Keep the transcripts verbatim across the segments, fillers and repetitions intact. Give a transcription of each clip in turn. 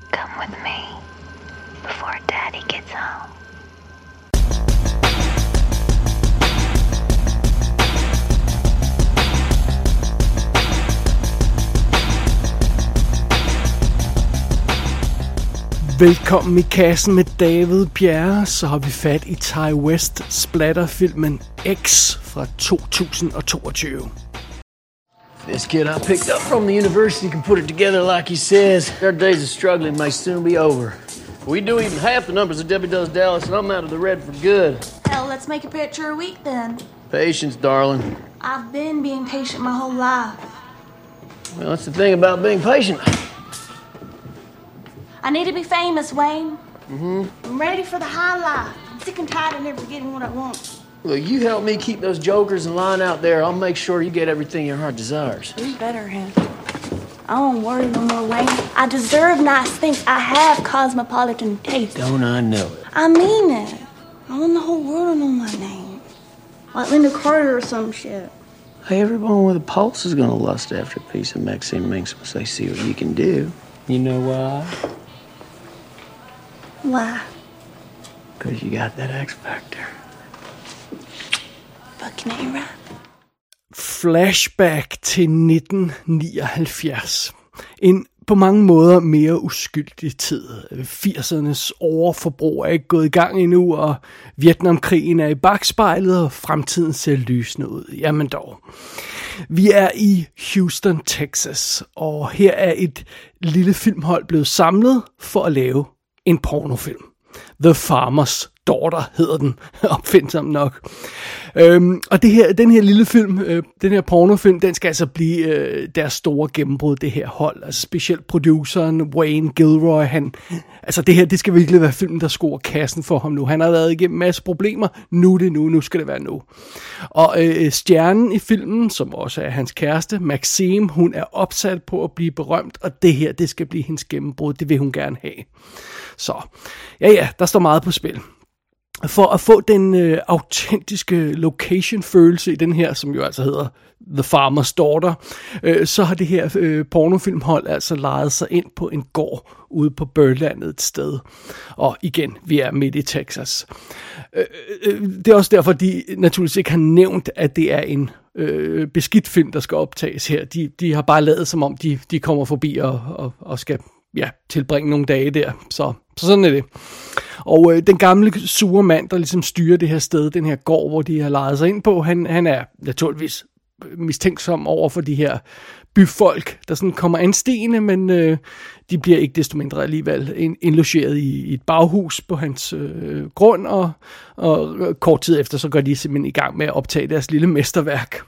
Come with me before Daddy gets home. Velkommen i kassen med David Bjerre, så har vi fat i Ti West splatterfilmen X fra to tusind og toogtyve. This kid I picked up from the university can put it together like he says. Our days of struggling may soon be over. We do even half the numbers that Debbie does Dallas, and I'm out of the red for good. Hell, let's make a picture a week then. Patience, darling. I've been being patient my whole life. Well, that's the thing about being patient. I need to be famous, Wayne. Mm-hmm. I'm ready for the high life. I'm sick and tired of never getting what I want. Look, you help me keep those jokers in line out there. I'll make sure you get everything your heart desires. You better have. I won't worry no more, Wayne. I deserve nice things. I have cosmopolitan taste. Don't I know it? I mean it. I want the whole world to know my name. Like Linda Carter or some shit. Hey, everyone with a pulse is gonna lust after a piece of Maxine Minx once they see what you can do. You know why? Why? Because you got that X Factor. Fucking A-Rap. Flashback til nitten nioghalvfjerds. En på mange måder mere uskyldig tid. firsernes overforbrug er ikke gået i gang endnu, og Vietnamkrigen er i bakspejlet, og fremtiden ser lysende ud. Jamen dog. Vi er i Houston, Texas, og her er et lille filmhold blevet samlet for at lave en pornofilm. The Farmer's Daughter hedder den, opfindsom nok. Øhm, og det her, den her lille film, øh, den her pornofilm, den skal altså blive øh, deres store gennembrud, det her hold. Altså specielt produceren Wayne Gilroy, han, altså det her, det skal virkelig være filmen, der scorer kassen for ham nu. Han har været igennem en masse problemer, nu er det nu, nu skal det være nu. Og øh, stjernen i filmen, som også er hans kæreste, Maxine, hun er opsat på at blive berømt, og det her, det skal blive hendes gennembrud, det vil hun gerne have. Så, ja ja, der står meget på spil. For at få den øh, autentiske location-følelse i den her, som jo altså hedder The Farmer's Daughter, øh, så har det her øh, pornofilmhold altså lejet sig ind på en gård ude på Birdlandet et sted. Og igen, vi er midt i Texas. Øh, øh, det er også derfor, de naturligvis ikke har nævnt, at det er en øh, beskidt film, der skal optages her. De, de har bare lavet, som om de, de kommer forbi og, og, og skal ja, tilbringe nogle dage der. Så, så sådan er det. Og øh, den gamle sure mand, der ligesom styrer det her sted, den her gård, hvor de har lejet sig ind på, han, han er naturligvis mistænksom over for de her byfolk, der sådan kommer anstigende, men øh, de bliver ikke desto mindre alligevel indlogeret i, i et baghus på hans øh, grund, og, og kort tid efter, så går de simpelthen i gang med at optage deres lille mesterværk.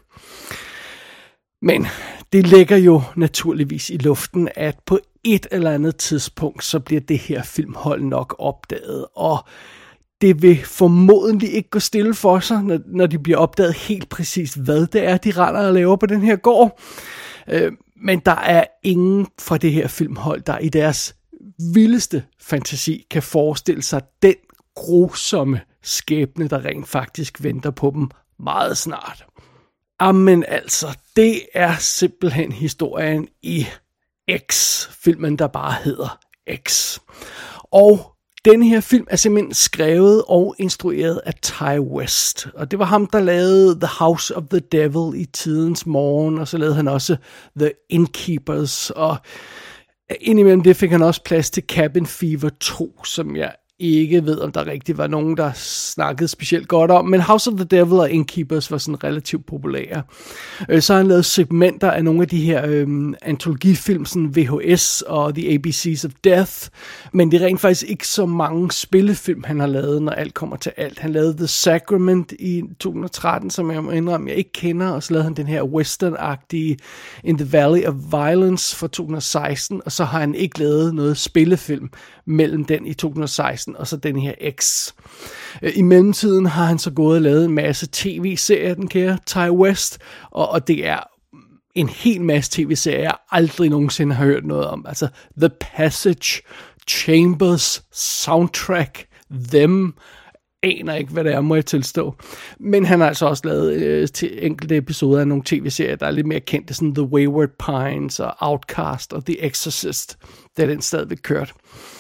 Men det ligger jo naturligvis i luften, at på et eller andet tidspunkt, så bliver det her filmhold nok opdaget, og det vil formodentlig ikke gå stille for sig, når, når de bliver opdaget helt præcis, hvad det er, de render og laver på den her gård. Øh, men der er ingen fra det her filmhold, der i deres vildeste fantasi kan forestille sig den grusomme skæbne, der rent faktisk venter på dem meget snart. Amen altså, det er simpelthen historien i X, filmen der bare hedder X. Og denne her film er simpelthen skrevet og instrueret af Ti West. Og det var ham, der lavede The House of the Devil i tidens morgen, og så lavede han også The Innkeepers. Og indimellem det fik han også plads til Cabin Fever to, som jeg ikke ved, om der rigtig var nogen, der snakkede specielt godt om, men House of the Devil og Innkeepers var sådan relativt populære. Så har han lavet segmenter af nogle af de her øhm, antologifilm, sådan V H S og The A B Cs of Death, men det er rent faktisk ikke så mange spillefilm, han har lavet, når alt kommer til alt. Han lavede The Sacrament i to tusind og tretten, som jeg må indrømme, jeg ikke kender, og så lavede han den her western-agtige In the Valley of Violence fra to tusind og seksten, og så har han ikke lavet noget spillefilm mellem den i to tusind og seksten og så den her X. I mellemtiden har han så gået og lavet en masse tv-serier, den kære Ti West, og, og det er en hel masse tv-serier, jeg aldrig nogensinde har hørt noget om. Altså The Passage, Chambers, Soundtrack, Them, aner ikke, hvad det er, må jeg tilstå. Men han har altså også lavet øh, til enkelte episoder af nogle tv-serier, der er lidt mere kendte, sådan The Wayward Pines og Outcast og The Exorcist, da den stadigvæk kørt.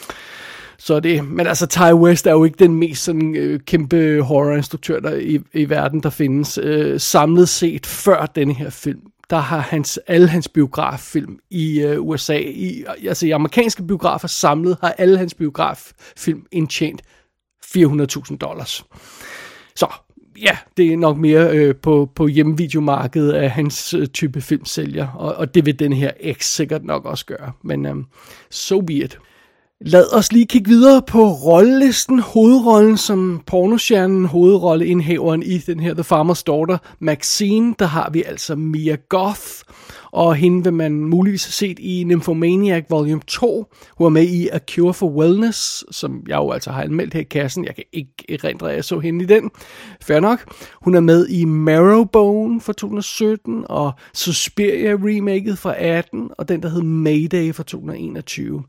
Så det, men altså Ty West er jo ikke den mest sådan, øh, kæmpe horrorinstruktør der i, i verden, der findes. Øh, samlet set før denne her film, der har hans, alle hans biograffilm i øh, U S A, i, altså i amerikanske biografer samlet, har alle hans biograffilm indtjent fire hundrede tusind dollars. Så ja, det er nok mere øh, på, på hjemmevideomarkedet af hans øh, type filmsælger, og, og det vil den her X sikkert nok også gøre. Men øh, so be it. Lad os lige kigge videre på rollelisten. Hovedrollen som pornostjernen, hovedrolleindhaveren i den her The Farmer's Daughter, Maxine, der har vi altså Mia Goth, og hende vil man muligvis have set i Nymphomaniac Volume to. Hun er med i A Cure for Wellness, som jeg jo altså har anmeldt her i kassen. Jeg kan ikke erindre, at jeg så hende i den. Fair nok. Hun er med i Marrowbone fra to tusind og sytten, og Suspiria remaket fra atten, og den der hed Mayday fra to tusind og enogtyve.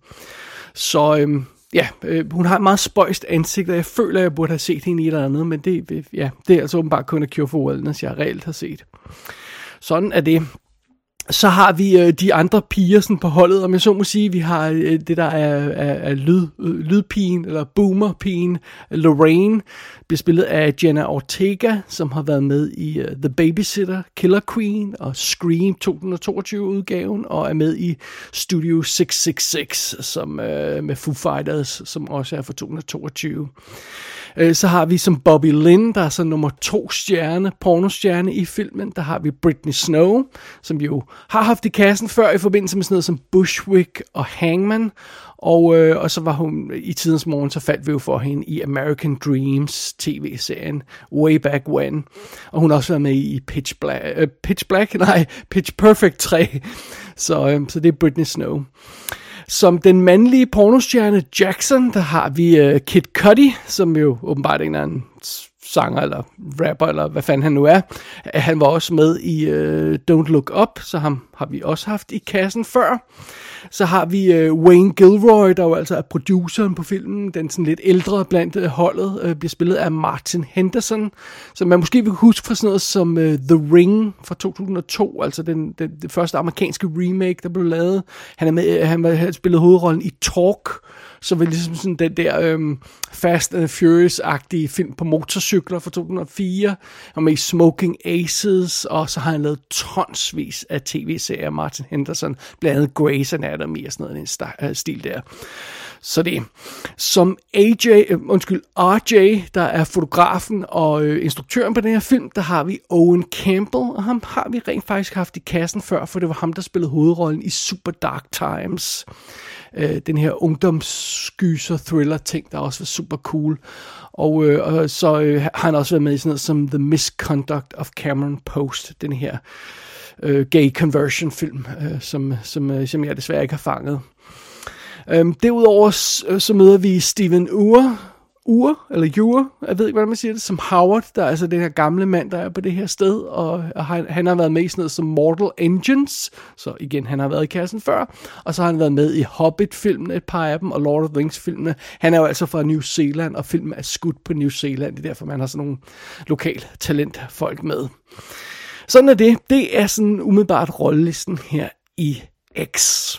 Så øhm, ja, øh, hun har et meget spøjst ansigt, og jeg føler, at jeg burde have set hende i et eller andet, men det, ja, det er altså åbenbart kun A Cure for Wellness, jeg reelt har set. Sådan er det. Så har vi øh, de andre piger sådan på holdet, om jeg så må sige. Vi har øh, det, der er, er, er lyd, øh, lydpigen, eller boomerpigen, Lorraine, bliver spillet af Jenna Ortega, som har været med i uh, The Babysitter, Killer Queen og Scream to tusind og toogtyve-udgaven, og er med i Studio seks seks seks, som, øh, med Foo Fighters, som også er fra to tusind og toogtyve. Øh, så har vi som Bobby Lynn, der er så nummer to stjerne, pornostjerne i filmen. Der har vi Britney Snow, som vi jo har haft i kassen før i forbindelse med sådan noget som Bushwick og Hangman. Og, øh, og så var hun i tidens morgen, så faldt vi jo for hende i American Dreams tv-serien Way Back When. Og hun har også været med i Pitch Black, øh, Pitch Black, nej, Pitch Perfect tre. Så, øh, så det er Britney Snow. Som den mandlige pornostjerne Jackson, der har vi uh, Kid Cudi, som jo åbenbart ikke er en sanger eller rapper, eller hvad fanden han nu er. Han var også med i uh, Don't Look Up, så ham har vi også haft i kassen før. Så har vi uh, Wayne Gilroy, der jo altså er produceren på filmen. Den sådan lidt ældre blandt uh, holdet uh, bliver spillet af Martin Henderson, som man måske vil huske fra sådan noget som uh, The Ring fra to tusind og to, altså den, den, den første amerikanske remake, der blev lavet. Han er med, han har spillet hovedrollen i Talk, så var ligesom sådan den der um, Fast and Furious-agtige film på motorcykler fra to tusind og fire. Han var med i Smoking Aces, og så har han lavet tonsvis af tv-serier, Martin Henderson, blandt andet Grey's Anatomy og sådan noget, den st- stil der. Så det som A J, øh, undskyld, R J, der er fotografen og øh, instruktøren på den her film, der har vi Owen Campbell, og ham har vi rent faktisk haft i kassen før, for det var ham, der spillede hovedrollen i Super Dark Times. Øh, den her ungdomsskyser thriller ting, der også var super cool. Og, øh, og så øh, har han også været med i sådan noget som The Misconduct of Cameron Post, den her øh, gay conversion film, øh, som, som, øh, som jeg desværre ikke har fanget. Øhm, derudover så møder vi Steven Ure, Ure, eller Ure, jeg ved ikke, hvordan man siger det, som Howard, der er altså den her gamle mand, der er på det her sted, og, og han, han har været med i sådan noget som Mortal Engines, så igen, han har været i kassen før, og så har han været med i Hobbit-filmene, et par af dem, og Lord of the Rings-filmene. Han er jo altså fra New Zealand, og filmen er skudt på New Zealand, det er derfor, man har sådan nogle lokal talentfolk med. Sådan er det. Det er sådan umiddelbart rollelisten her i X.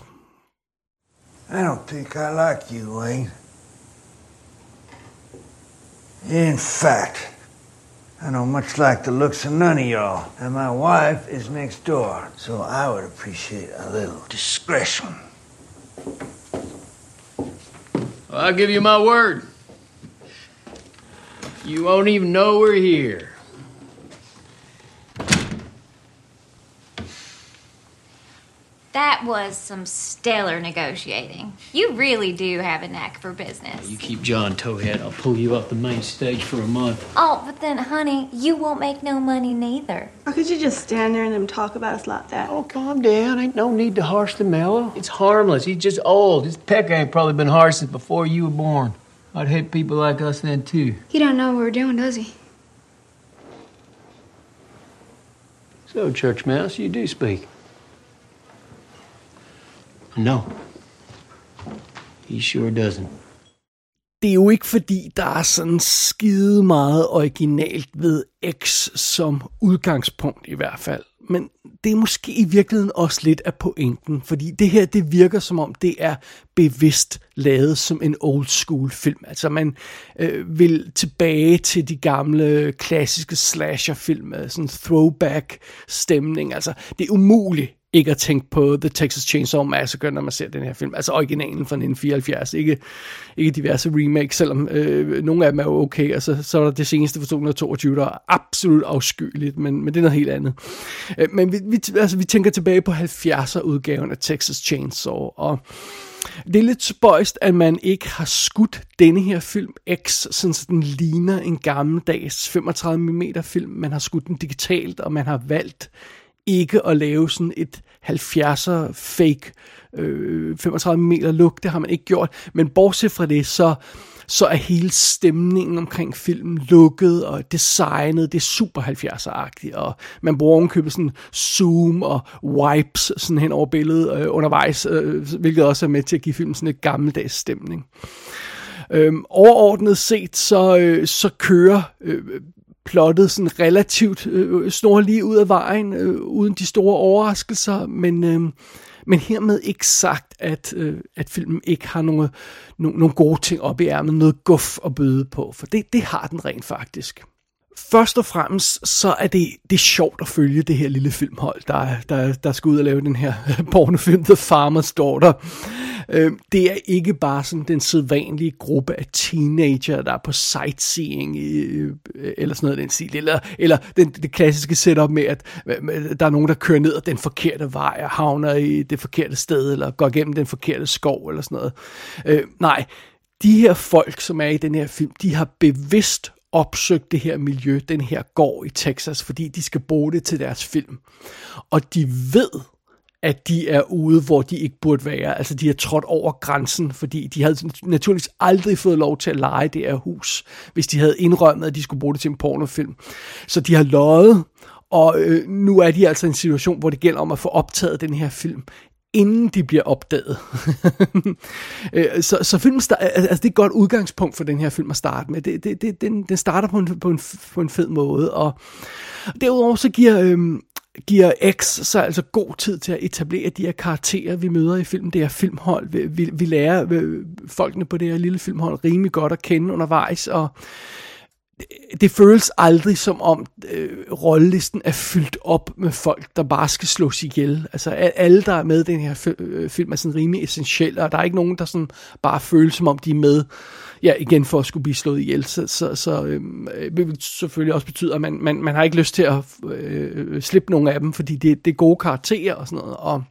I don't think I like you, Wayne. In fact, I don't much like the looks of none of y'all, and my wife is next door, so I would appreciate a little discretion. Well, I'll give you my word. You won't even know we're here. That was some stellar negotiating. You really do have a knack for business. You keep John Towhead, I'll pull you off the main stage for a month. Oh, but then, honey, you won't make no money neither. Or could you just stand there and them talk about us like that? Oh, calm down. Ain't no need to harsh the mellow. It's harmless. He's just old. His pecker ain't probably been harsh since before you were born. I'd hate people like us then, too. He don't know what we're doing, does he? So, Church Mouse, you do speak. No. He sure doesn't. det er jo ikke fordi, der er sådan skide meget originalt ved X som udgangspunkt i hvert fald. Men det er måske i virkeligheden også lidt af pointen, fordi det her, det virker som om, det er bevidst lavet som en old school film. Altså man øh, vil tilbage til de gamle klassiske slasherfilm, sådan throwback stemning. Altså det er umuligt ikke at tænke på The Texas Chainsaw Massacre, når man ser den her film. Altså originalen fra nitten fireoghalvfjerds, ikke, ikke diverse remakes, selvom øh, nogle af dem er jo okay, og så, så er der det seneste fra to tusind og toogtyve, der er absolut afskyeligt, men, men det er noget helt andet. Øh, men vi, vi, altså, vi tænker tilbage på halvfjerdser-udgaven af Texas Chainsaw, og det er lidt spøjst, at man ikke har skudt denne her film X, sådan så den ligner en gammeldags femogtredive millimeter film. Man har skudt den digitalt, og man har valgt ikke at lave sådan et halvfjerdser fake øh, femogtredive millimeter look. Det har man ikke gjort. Men bortset fra det, så, så er hele stemningen omkring filmen lukket, og designet, det er super halvfjerdser-agtigt, og man bruger ovenkøbet sådan zoom og wipes sådan hen over billedet øh, undervejs, øh, hvilket også er med til at give filmen sådan et gammeldags stemning. Øh, overordnet set, så, øh, så kører øh, plottet sådan relativt øh, snorlige ud af vejen, øh, uden de store overraskelser, men, øh, men hermed ikke sagt, at, øh, at filmen ikke har nogle, nogle, nogle gode ting op i ærmet, noget guf at bøde på, for det, det har den rent faktisk. Først og fremmest, så er det, det er sjovt at følge det her lille filmhold, der, der, der skal ud og lave den her pornofilm, The Farmer's Daughter. Det er ikke bare sådan den sædvanlige gruppe af teenager, der er på sightseeing, eller sådan noget den stil, eller, eller den, det klassiske setup med, at der er nogen, der kører ned ad den forkerte vej, og havner i det forkerte sted, eller går igennem den forkerte skov, eller sådan noget. Øh, nej, de her folk, som er i den her film, de har bevidst opsøgt det her miljø, den her gård i Texas, fordi de skal bruge det til deres film. Og de ved, at de er ude, hvor de ikke burde være. Altså, de har trådt over grænsen, fordi de havde naturligvis aldrig fået lov til at leje det her hus, hvis de havde indrømmet, at de skulle bruge det til en pornofilm. Så de har løjet, og øh, nu er de altså i en situation, hvor det gælder om at få optaget den her film, inden de bliver opdaget. så, så filmen start, altså det er et godt udgangspunkt for den her film at starte med. Det, det, det, den, den starter på en, på, en, på en fed måde, og derudover så giver, øhm, giver X så altså god tid til at etablere de her karakterer, vi møder i filmen. Det her filmhold, vi, vi, vi lærer øh, folkene på det her lille filmhold rimelig godt at kende undervejs, og det, det føles aldrig som om øh, rollelisten er fyldt op med folk, der bare skal slås ihjel. Altså alle, der er med i den her fi- film, er sådan rimelig essentielle, og der er ikke nogen, der sådan bare føles som om de er med, ja, igen for at skulle blive slået ihjel. Så, så, så øh, det vil selvfølgelig også betyde, at man, man, man har ikke lyst til at øh, slippe nogle af dem, fordi det, det er gode karakterer og sådan noget. Og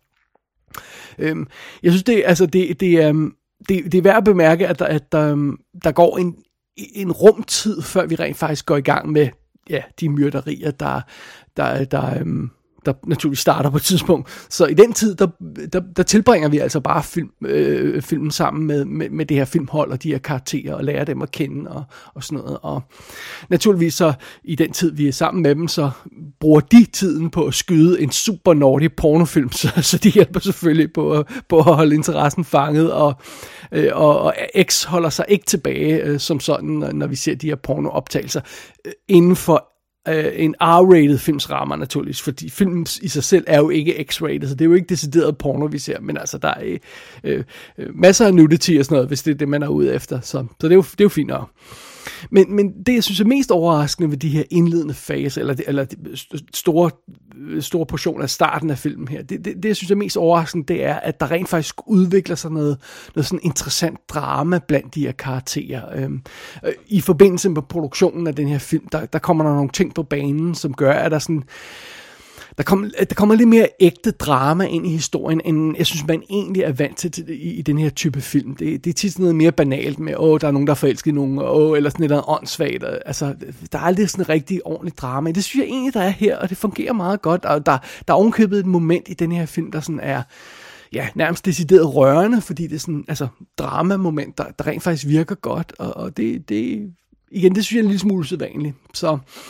øh, jeg synes, det, altså, det, det, øh, det, det er værd at bemærke, at der, at der, der går en en rumtid, før vi rent faktisk går i gang med ja, de myrderier, der, der, der, øhm, der naturligvis starter på et tidspunkt. Så i den tid, der, der, der tilbringer vi altså bare film, øh, filmen sammen med, med, med det her filmhold og de her karakterer, og lærer dem at kende og, og sådan noget. Og naturligvis så i den tid, vi er sammen med dem, så bruger de tiden på at skyde en super naughty pornofilm, så, så de hjælper selvfølgelig på, på at holde interessen fanget, og, øh, og, og X holder sig ikke tilbage øh, som sådan, når, når vi ser de her pornooptagelser øh, inden for en R-rated films rammer naturligvis, fordi filmen i sig selv er jo ikke X-rated, så det er jo ikke decideret porno, vi ser, men altså der er øh, øh, masser af nudity og sådan noget, hvis det er det, man er ude efter, så, så det, er jo, det er jo fint nok. Men, men det, jeg synes er mest overraskende ved de her indledende fase, eller, eller de store, store portioner af starten af filmen her, det, det, det jeg synes er mest overraskende, det er, at der rent faktisk udvikler sig noget, noget sådan interessant drama blandt de her karakterer. Øhm, øh, I forbindelse med produktionen af den her film, der, der kommer der nogle ting på banen, som gør, at der sådan Der kommer, der kommer lidt mere ægte drama ind i historien, end jeg synes, man egentlig er vant til i, i den her type film. Det, det er tit noget mere banalt med, åh, der er nogen, der er forelsket i nogen, åh, eller sådan noget åndssvagt. Altså, der er aldrig sådan en rigtig ordentlig drama. Det synes jeg egentlig, der er her, og det fungerer meget godt. Og der, der er ovenkøbet et moment i den her film, der sådan er, ja, nærmest decideret rørende, fordi det er sådan, altså, drama-moment, der, der rent faktisk virker godt, og, og det, det, igen, det synes jeg er en lille smule usædvanligt. Så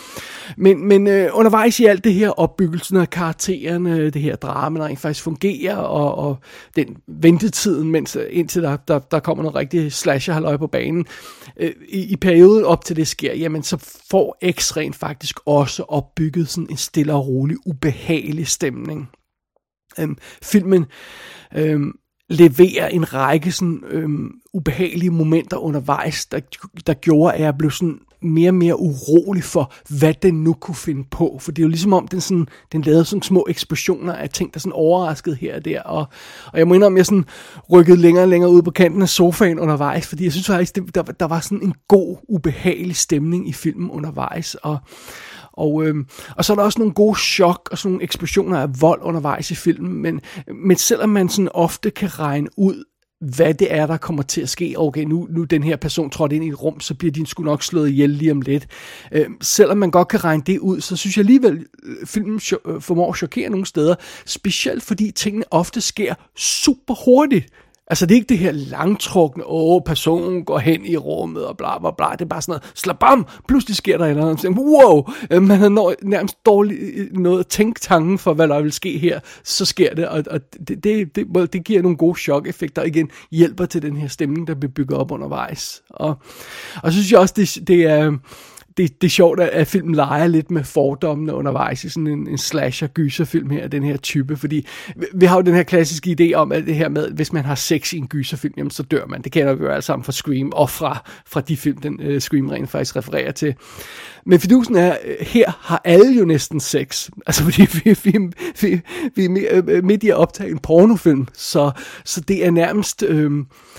Men, men øh, undervejs i alt det her, opbyggelsen af karaktererne, det her drama, der faktisk fungerer, og, og den ventetiden, mens, indtil der, der, der kommer noget rigtig slasher-halløj på banen, øh, i, i perioden op til det sker, jamen så får X rent faktisk også opbygget sådan en stille og rolig, ubehagelig stemning. Øhm, filmen øhm, leverer en række sådan, øhm, ubehagelige momenter undervejs, der, der gjorde, at jeg blev sådan mere og mere urolig for, hvad den nu kunne finde på. For det er jo ligesom om, den, sådan, den lavede sådan små eksplosioner af ting, der sådan overraskede her og der. Og, og jeg må indrømme, at jeg sådan rykkede længere og længere ud på kanten af sofaen undervejs, fordi jeg synes faktisk, det, der, der var sådan en god, ubehagelig stemning i filmen undervejs. Og Og, øhm, og så er der også nogle gode chok og sådan nogle eksplosioner af vold undervejs i filmen, men, men selvom man sådan ofte kan regne ud, hvad det er, der kommer til at ske, okay, nu, nu den her person trådt ind i et rum, så bliver de sgu nok slået ihjel lige om lidt. Øhm, selvom man godt kan regne det ud, så synes jeg alligevel, filmen formår at chokere nogle steder, specielt fordi tingene ofte sker super hurtigt. Altså, det er ikke det her langtrukne, åh, personen går hen i rummet og bla bla bla. Det er bare sådan noget, slabam, pludselig sker der et eller andet. Wow, man har nærmest dårligt noget at tænke tanken for, hvad der vil ske her. Så sker det, og, og det, det, det, det giver nogle gode chok-effekter, og igen hjælper til den her stemning, der bliver bygget op undervejs. Og, og så synes jeg også, det, det er... Det, det er sjovt, at filmen leger lidt med fordommene undervejs i sådan en, en slasher-gyserfilm her, den her type, fordi vi, vi har jo den her klassiske idé om, at det her med, hvis man har sex i en gyserfilm, jamen så dør man. Det kender vi jo alle sammen fra Scream, og fra, fra de film, den uh, Scream rent faktisk refererer til. Men fidusen er, her har alle jo næsten sex, altså fordi vi, vi, vi, vi er midt i at optage en pornofilm, så, så det er nærmest... Øh,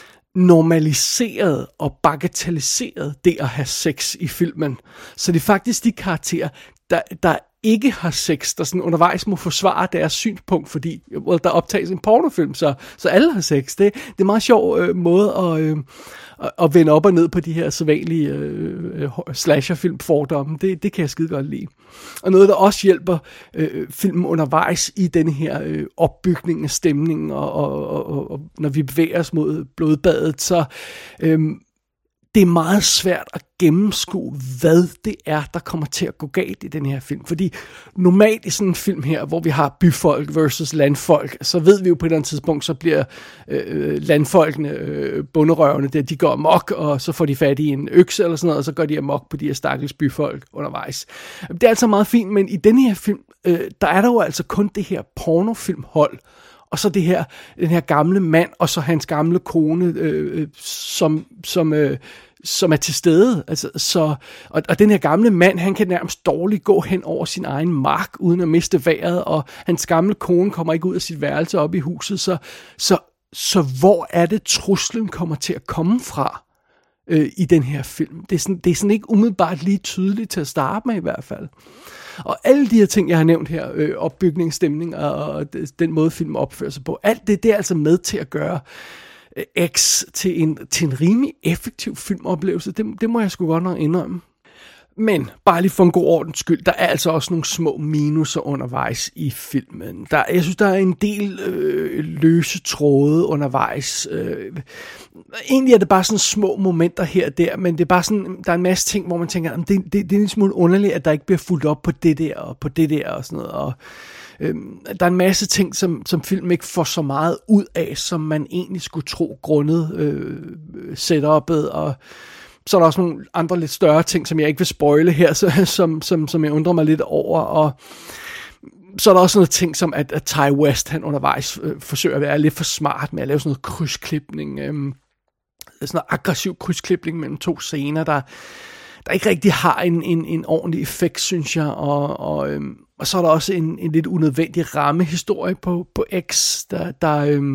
normaliseret og bagatelliseret det at have sex i filmen. Så det er faktisk de karakterer, der, der ikke har sex, der sådan undervejs må forsvare deres synspunkt, fordi well, der optages en pornofilm, så, så alle har sex. Det, det er en meget sjov øh, måde at, øh, at vende op og ned på de her sædvanlige øh, slasherfilm-fordomme. Det, det kan jeg skide godt lide. Og noget, der også hjælper øh, filmen undervejs i denne her øh, opbygning af stemningen, og, og, og, og når vi bevæger os mod blodbadet, så øh, det er meget svært at gennemskue, hvad det er, der kommer til at gå galt i den her film. Fordi normalt i sådan en film her, hvor vi har byfolk versus landfolk, så ved vi jo på et eller andet tidspunkt, så bliver øh, landfolkene, øh, bunderøvene, der de går amok, og så får de fat i en økse eller sådan noget, og så går de amok på de her stakkels byfolk undervejs. Det er altså meget fint, men i den her film, øh, der er der jo altså kun det her pornofilmhold, og så det her, den her gamle mand, og så hans gamle kone, øh, som, som, øh, som er til stede. Altså, så, og, og den her gamle mand, han kan nærmest dårligt gå hen over sin egen mark, uden at miste vejret, og hans gamle kone kommer ikke ud af sit værelse op i huset. Så, så, så hvor er det, truslen kommer til at komme fra øh, i den her film? Det er, sådan, det er sådan ikke umiddelbart lige tydeligt til at starte med i hvert fald. Og alle de her ting, jeg har nævnt her, øh, opbygning, stemning og den måde, filmen opfører sig på, alt det, det er altså med til at gøre øh, X til en, til en rimelig effektiv filmoplevelse. Det, det må jeg sgu godt nok indrømme. Men bare lige for en god ordens skyld, der er altså også nogle små minuser undervejs i filmen. Der, jeg synes, der er en del øh, løse tråde undervejs. Øh, egentlig er det bare sådan små momenter her og der, men det er bare sådan, der er en masse ting, hvor man tænker, det, det, det er en smule underligt, at der ikke bliver fulgt op på det der og på det der og sådan noget. Og, øh, der er en masse ting, som, som film ikke får så meget ud af, som man egentlig skulle tro grundet øh, setup'et og så er der også nogle andre lidt større ting, som jeg ikke vil spoile her, så, som, som, som jeg undrer mig lidt over. Og så er der også noget ting, som at, at Ti West, han undervejs øh, forsøger at være lidt for smart med at lave sådan noget krydsklipning. Øh, sådan noget aggressiv krydsklipning mellem to scener, der, der ikke rigtig har en, en, en ordentlig effekt, synes jeg. Og, og, øh, og så er der også en, en lidt unødvendig rammehistorie på, på X, der... der øh,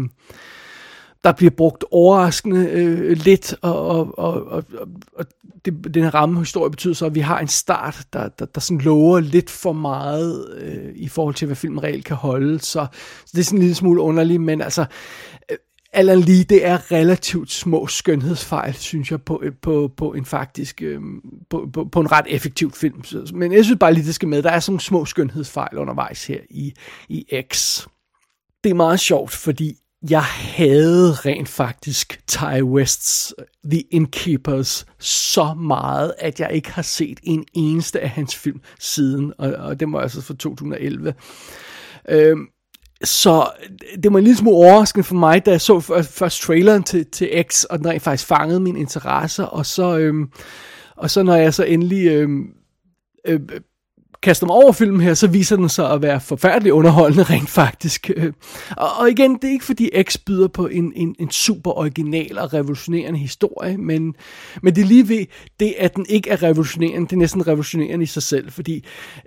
der bliver brugt overraskende øh, lidt, og, og, og, og, og det, den her rammehistorie betyder så, at vi har en start, der, der, der sådan lover lidt for meget øh, i forhold til, hvad filmen reelt kan holde. Så, så det er sådan en lille smule underligt, men altså, øh, alt andet lige, det er relativt små skønhedsfejl, synes jeg, på, på, på en faktisk, øh, på, på, på en ret effektiv film. Så, men jeg synes bare lige, det skal med. Der er sådan nogle små skønhedsfejl undervejs her i, i X. Det er meget sjovt, fordi jeg havde rent faktisk Ty Wests The Innkeepers så meget, at jeg ikke har set en eneste af hans film siden, og, og det var altså fra to tusind og elleve. Øhm, så det var en lille smule overraskende for mig, da jeg så først traileren til, til X, og den rent faktisk fangede min interesse, og så, øhm, og så når jeg så endelig øhm, øh, kaster mig over filmen her, så viser den sig at være forfærdeligt underholdende rent faktisk. Og, og igen, det er ikke fordi X byder på en, en, en super original og revolutionerende historie, men, men det er lige ved det, at den ikke er revolutionerende, det er næsten revolutionerende i sig selv, fordi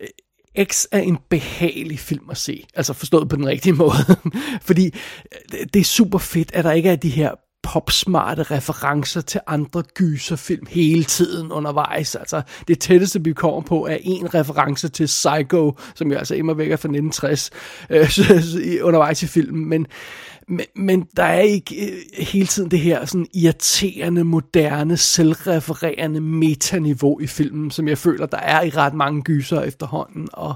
X er en behagelig film at se, altså forstået på den rigtige måde, fordi det er super fedt, at der ikke er de her popsmarte referencer til andre gyserfilm hele tiden undervejs. Altså, det tætteste, vi kommer på, er en reference til Psycho, som jo altså immer væk er fra nitten tres, øh, undervejs i filmen, men, men, men der er ikke øh, hele tiden det her sådan irriterende, moderne, selvrefererende metaniveau i filmen, som jeg føler, der er i ret mange gyser efterhånden, og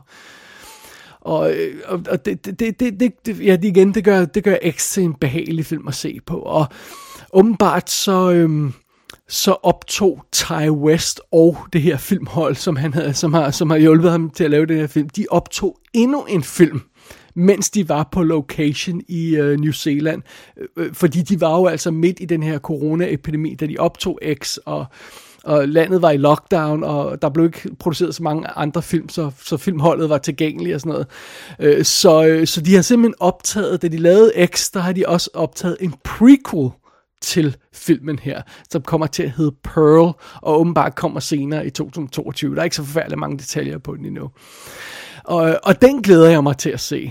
Og, og, og det, det, det, det, det, ja, det igen, det gør, det gør X til en behagelig film at se på. Og åbenbart så, øhm, så optog Ty West og det her filmhold, som, han havde, som, har, som har hjulpet ham til at lave den her film, de optog endnu en film, mens de var på location i øh, New Zealand. Øh, fordi de var jo altså midt i den her coronaepidemi, da de optog X, og og landet var i lockdown, og der blev ikke produceret så mange andre film, så, så filmholdet var tilgængelige og sådan noget. Øh, så, øh, så de har simpelthen optaget, da de lavede X, der har de også optaget en prequel til filmen her, som kommer til at hedde Pearl, og åbenbart kommer senere i to tusind og toogtyve. Der er ikke så forfærdeligt mange detaljer på den endnu. Og, og den glæder jeg mig til at se.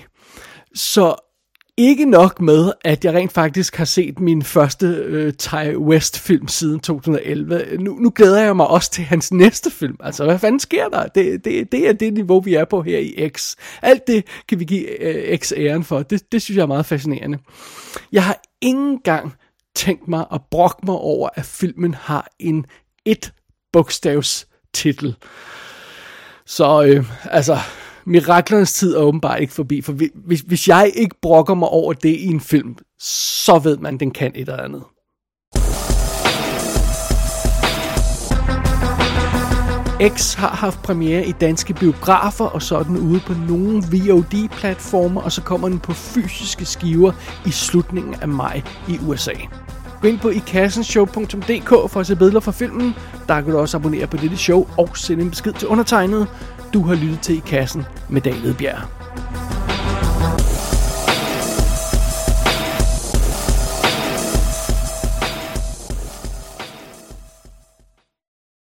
Så ikke nok med, at jeg rent faktisk har set min første øh, Ty West-film siden to tusind og elleve. Nu, nu glæder jeg mig også til hans næste film. Altså, hvad fanden sker der? Det, det, det er det niveau, vi er på her i X. Alt det kan vi give øh, X æren for. Det, det synes jeg er meget fascinerende. Jeg har ikke engang tænkt mig at brokke mig over, at filmen har en et-bogstavs titel. Så, øh, altså... Miraklernes tid er åbenbart ikke forbi, for hvis, hvis jeg ikke brokker mig over det i en film, så ved man, den kan et eller andet. X har haft premiere i danske biografer og så er den ude på nogle V O D-platformer, og så kommer den på fysiske skiver i slutningen af maj i U S A. Gå ind på i kassen show punktum d k for at se billeder fra filmen. Der kan du også abonnere på dette show og sende en besked til undertegnet. Du har lyttet til I Kassen med David Bjerg.